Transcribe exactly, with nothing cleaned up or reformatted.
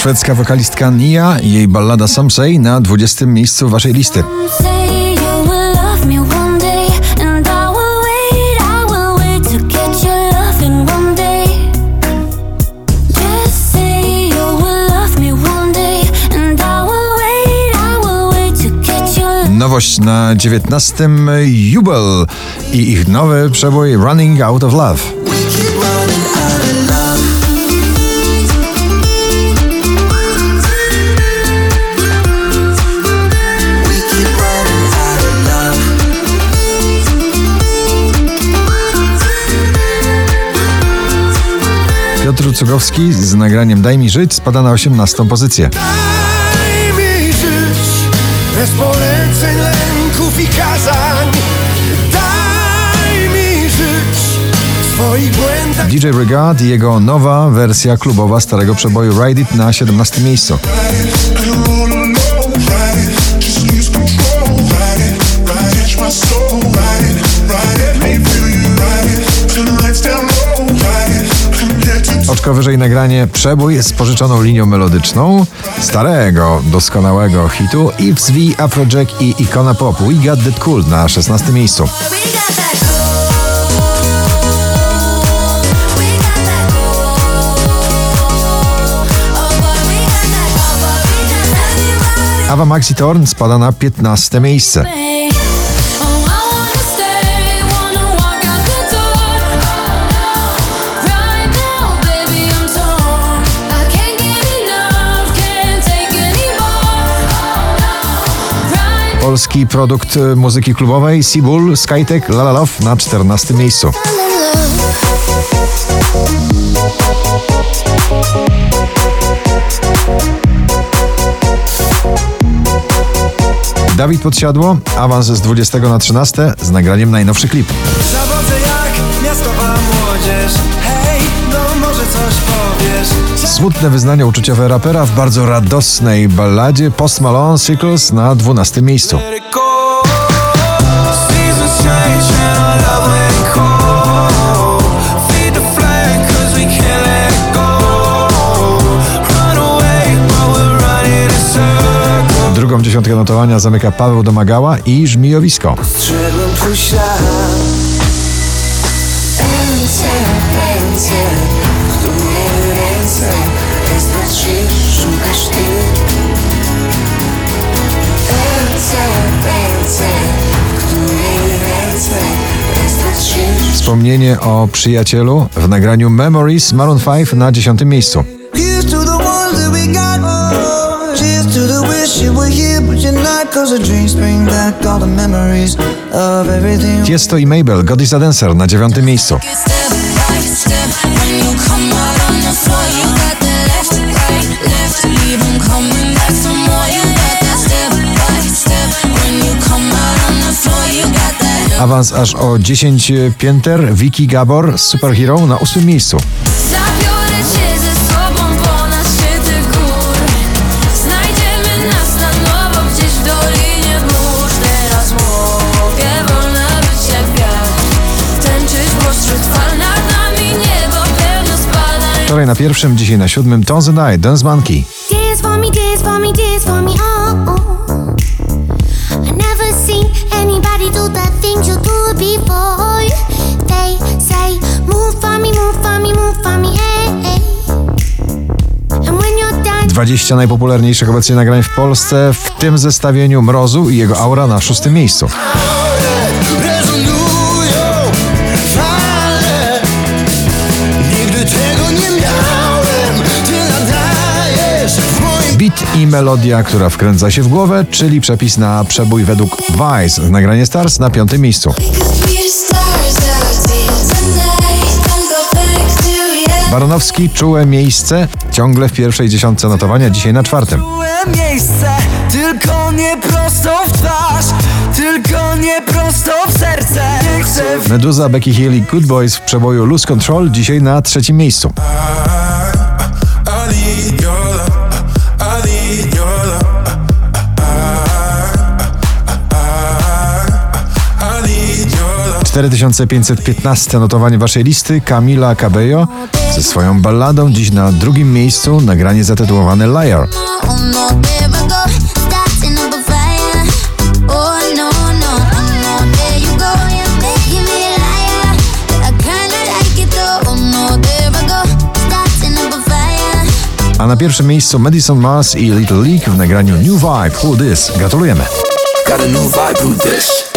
szwedzka wokalistka Nia i jej ballada Some Say na dwudziestym miejscu waszej listy. Nowość na dziewiętnastym Jubel i ich nowy przebój Running Out of Love. Piotr Cugowski z nagraniem Daj mi żyć spada na osiemnastą pozycję. Daj mi żyć bez poleceń, lęków i kazań. Daj mi żyć w swoich błędach. D J Regard i jego nowa wersja klubowa starego przeboju Ride It na siedemnastym miejscu. Oczko wyżej nagranie Przebój z pożyczoną linią melodyczną starego, doskonałego hitu Yves V, Afrojack i Ikona Pop We Got That Cool na szesnastym miejscu. Ava Max i Thorn spada na piętnaste miejsce. Polski produkt muzyki klubowej Seabull, Skytech, La La Love na czternastym miejscu. Dawid Podsiadło, awans z dwudziestego na trzynaste z nagraniem najnowszy klip. Zawodzę jak miastowa młodzież. Hej, no może coś powiesz. Smutne wyznanie uczuciowe rapera w bardzo radosnej balladzie Post Malone Circles na dwunastym miejscu. Drugą dziesiątkę notowania zamyka Paweł Domagała i Żmijowisko. Strzegłem twój ślad. Ręce, ręce, w której ręce jest patrzysz, szukasz ty. Ręce, ręce, w której ręce jest patrzysz. Wspomnienie o przyjacielu w nagraniu Memories Maroon pięć na dziesiątym miejscu. Tiesto i Mabel, God is a Dancer na dziewiątym miejscu. Awans aż o dziesięć pięter, Vicky Gabor z Superhero na ósmym miejscu. Wczoraj na pierwszym, dzisiaj na siódmym Tones and I, Dance Monkey. dwadzieścia najpopularniejszych obecnie nagrań w Polsce, w tym zestawieniu Mrozu i jego Aura na szóstym miejscu. Beat i melodia, która wkręca się w głowę, czyli przepis na przebój według Vice. Nagranie Stars na piątym miejscu. Baronowski, Czułe miejsce, ciągle w pierwszej dziesiątce notowania, dzisiaj na czwartym. Czułe miejsce, tylko nie prosto w twarz, tylko nie prosto w serce. Meduza, Becky Hill i Good Boys w przeboju Lose Control, dzisiaj na trzecim miejscu. cztery tysiące pięćset piętnaste notowanie waszej listy. Camila Cabello ze swoją balladą dziś na drugim miejscu. Nagranie zatytułowane Liar. A na pierwszym miejscu Madison Mars i Little League w nagraniu New Vibe. Who This? Gratulujemy. Got a new vibe, who this?